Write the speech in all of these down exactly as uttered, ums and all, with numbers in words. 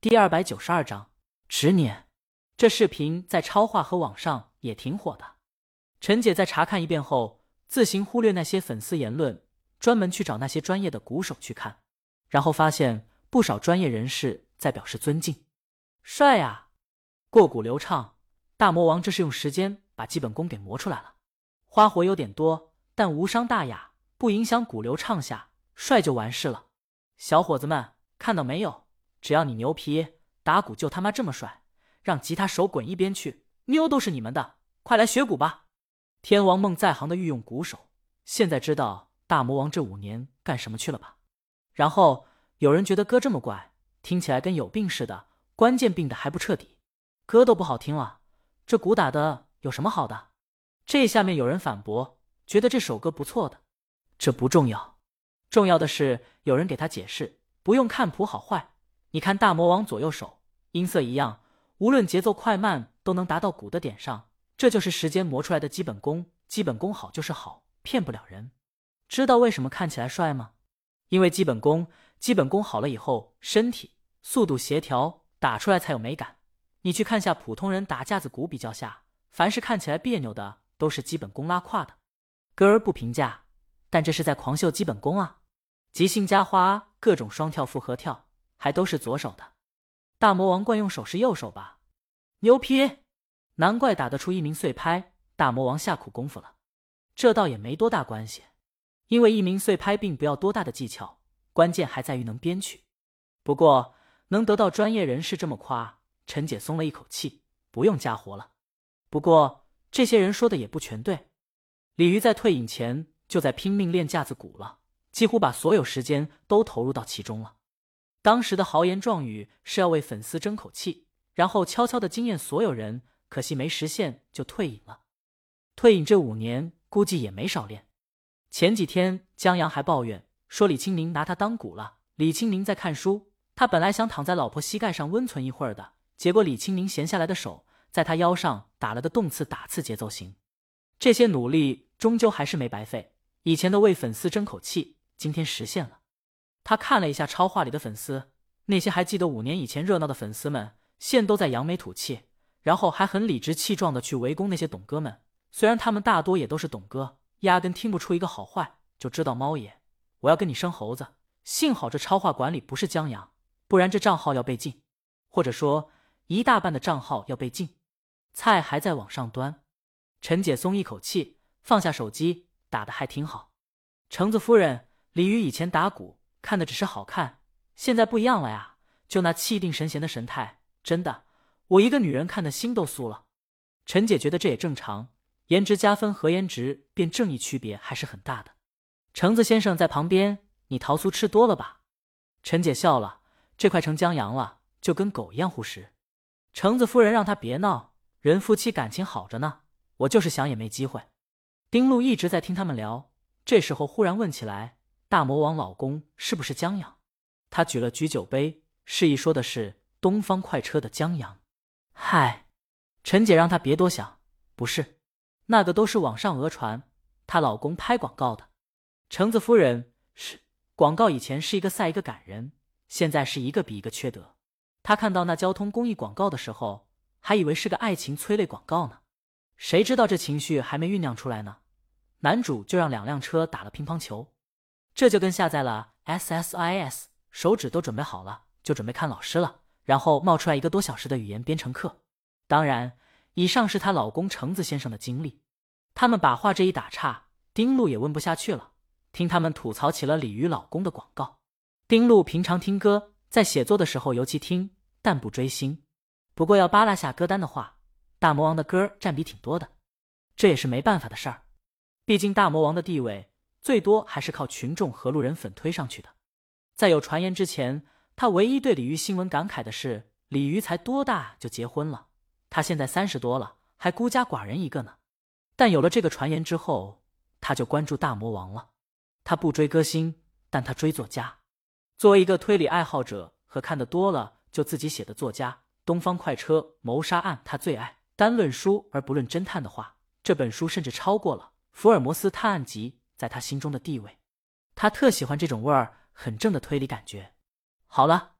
第二百九十二章执念。这视频在超话和网上也挺火的。陈姐在查看一遍后，自行忽略那些粉丝言论，专门去找那些专业的鼓手去看，然后发现不少专业人士在表示尊敬。帅呀，过鼓流畅，大魔王这是用时间把基本功给磨出来了。花活有点多，但无伤大雅，不影响鼓流畅下，帅就完事了。小伙子们，看到没有？只要你牛皮，打鼓就他妈这么帅，让吉他手滚一边去，妞都是你们的，快来学鼓吧！天王梦在行的御用鼓手，现在知道大魔王这五年干什么去了吧？然后有人觉得歌这么怪，听起来跟有病似的，关键病的还不彻底，歌都不好听了，这鼓打的有什么好的？这下面有人反驳，觉得这首歌不错的，这不重要，重要的是有人给他解释，不用看谱好坏，你看大魔王左右手音色一样，无论节奏快慢都能达到鼓的点上，这就是时间磨出来的基本功，基本功好就是好，骗不了人。知道为什么看起来帅吗？因为基本功，基本功好了以后，身体、速度协调打出来才有美感。你去看下普通人打架子鼓比较下，凡是看起来别扭的都是基本功拉胯的。歌儿不评价，但这是在狂秀基本功啊，即兴加花，各种双跳复合跳，还都是左手的。大魔王惯用手是右手吧？牛批！难怪打得出一鸣碎拍，大魔王下苦功夫了。这倒也没多大关系，因为一鸣碎拍并不要多大的技巧，关键还在于能编曲。不过能得到专业人士这么夸，陈姐松了一口气，不用加活了。不过这些人说的也不全对，李鱼在退隐前就在拼命练架子鼓了，几乎把所有时间都投入到其中了。当时的豪言壮语是要为粉丝争口气，然后悄悄地惊艳所有人，可惜没实现就退隐了。退隐这五年估计也没少练。前几天江阳还抱怨说李清明拿他当鼓了，李清明在看书，他本来想躺在老婆膝盖上温存一会儿的，结果李清明闲下来的手在他腰上打了个动次打次节奏型。这些努力终究还是没白费，以前的为粉丝争口气今天实现了。他看了一下超话里的粉丝，那些还记得五年以前热闹的粉丝们现都在扬眉吐气，然后还很理直气壮的去围攻那些懂哥们。虽然他们大多也都是懂哥，压根听不出一个好坏，就知道猫爷我要跟你生猴子。幸好这超话管理不是江阳，不然这账号要被禁，或者说一大半的账号要被禁。菜还在往上端，陈姐松一口气，放下手机，打得还挺好。橙子夫人，李鱼以前打鼓看的只是好看，现在不一样了呀，就那气定神闲的神态，真的我一个女人看的心都酥了。陈姐觉得这也正常，颜值加分和颜值变正义区别还是很大的。橙子先生在旁边，你桃酥吃多了吧？陈姐笑了，这快成江阳了，就跟狗一样护食。橙子夫人让他别闹，人夫妻感情好着呢，我就是想也没机会。丁路一直在听他们聊，这时候忽然问起来，大魔王老公是不是江阳？他举了举酒杯，示意说的是东方快车的江阳。嗨，陈姐让他别多想，不是，那个都是网上讹传，她老公拍广告的。橙子夫人，是广告以前是一个赛一个感人，现在是一个比一个缺德。她看到那交通公益广告的时候，还以为是个爱情催泪广告呢，谁知道这情绪还没酝酿出来呢，男主就让两辆车打了乒乓球。这就跟下载了 S S I S， 手指都准备好了，就准备看老师了，然后冒出来一个多小时的语言编程课。当然以上是她老公橙子先生的经历。他们把话这一打岔，丁路也问不下去了，听他们吐槽起了鲤鱼老公的广告。丁路平常听歌，在写作的时候尤其听，但不追星。不过要扒拉下歌单的话，大魔王的歌占比挺多的，这也是没办法的事儿。毕竟大魔王的地位最多还是靠群众和路人粉推上去的。在有传言之前，他唯一对鲤鱼新闻感慨的是，鲤鱼才多大就结婚了，他现在三十多了，还孤家寡人一个呢。但有了这个传言之后，他就关注大魔王了。他不追歌星，但他追作家。作为一个推理爱好者和看得多了就自己写的作家，东方快车谋杀案他最爱。单论书而不论侦探的话，这本书甚至超过了福尔摩斯探案集在他心中的地位。他特喜欢这种味儿很正的推理感觉。好了，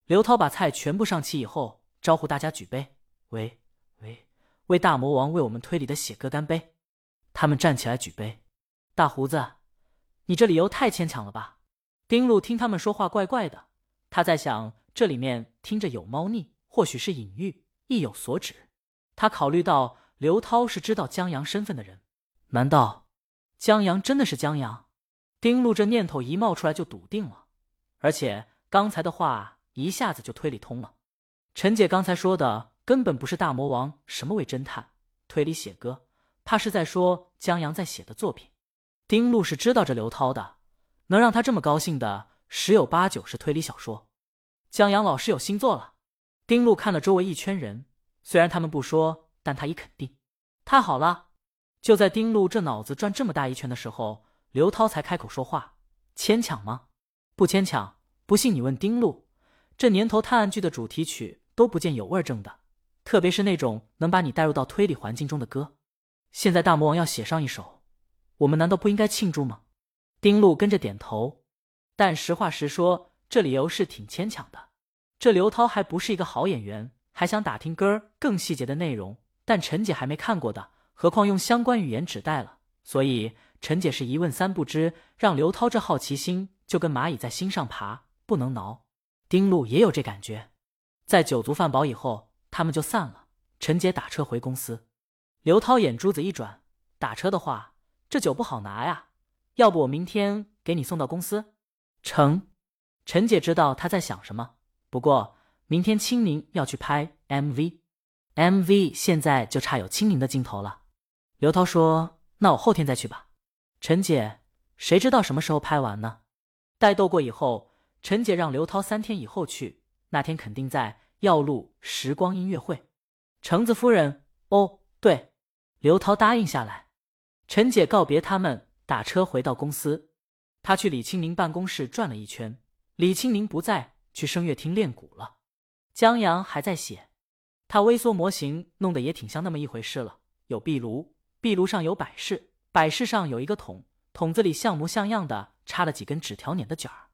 刘涛把菜全部上齐以后，招呼大家举杯，喂喂，为大魔王为我们推理的血哥干杯。他们站起来举杯。大胡子，你这理由太牵强了吧？丁路听他们说话怪怪的，他在想这里面听着有猫腻，或许是隐喻，意有所指。他考虑到刘涛是知道江阳身份的人，难道江阳真的是江阳？丁路这念头一冒出来就笃定了，而且刚才的话一下子就推理通了。陈姐刚才说的根本不是大魔王什么伪侦探推理写歌，怕是在说江阳在写的作品。丁路是知道这刘涛的，能让他这么高兴的十有八九是推理小说。江阳老师有新作了。丁路看了周围一圈人，虽然他们不说，但他已肯定。太好了。就在丁路这脑子转这么大一圈的时候，刘涛才开口说话。牵强吗？不牵强，不信你问丁路。这年头探案剧的主题曲都不见有味正的，特别是那种能把你带入到推理环境中的歌。现在大魔王要写上一首，我们难道不应该庆祝吗？丁路跟着点头。但实话实说，这理由是挺牵强的。这刘涛还不是一个好演员，还想打听歌更细节的内容，但陈姐还没看过的，何况用相关语言指代了，所以陈姐是一问三不知，让刘涛这好奇心就跟蚂蚁在心上爬，不能挠。丁路也有这感觉。在酒足饭饱以后，他们就散了。陈姐打车回公司。刘涛眼珠子一转，打车的话，这酒不好拿呀，要不我明天给你送到公司？成。陈姐知道他在想什么，不过明天青宁要去拍 M V， M V 现在就差有青宁的镜头了。刘涛说，那我后天再去吧。陈姐，谁知道什么时候拍完呢？待斗过以后，陈姐让刘涛三天以后去，那天肯定在要录时光音乐会。橙子夫人，哦，对。刘涛答应下来。陈姐告别他们，打车回到公司。她去李青宁办公室转了一圈，李青宁不在，去声乐厅练鼓了。江阳还在写，他微缩模型弄得也挺像那么一回事了。有壁炉，壁炉上有摆饰，摆饰上有一个桶，桶子里像模像样的插了几根纸条捻的卷儿。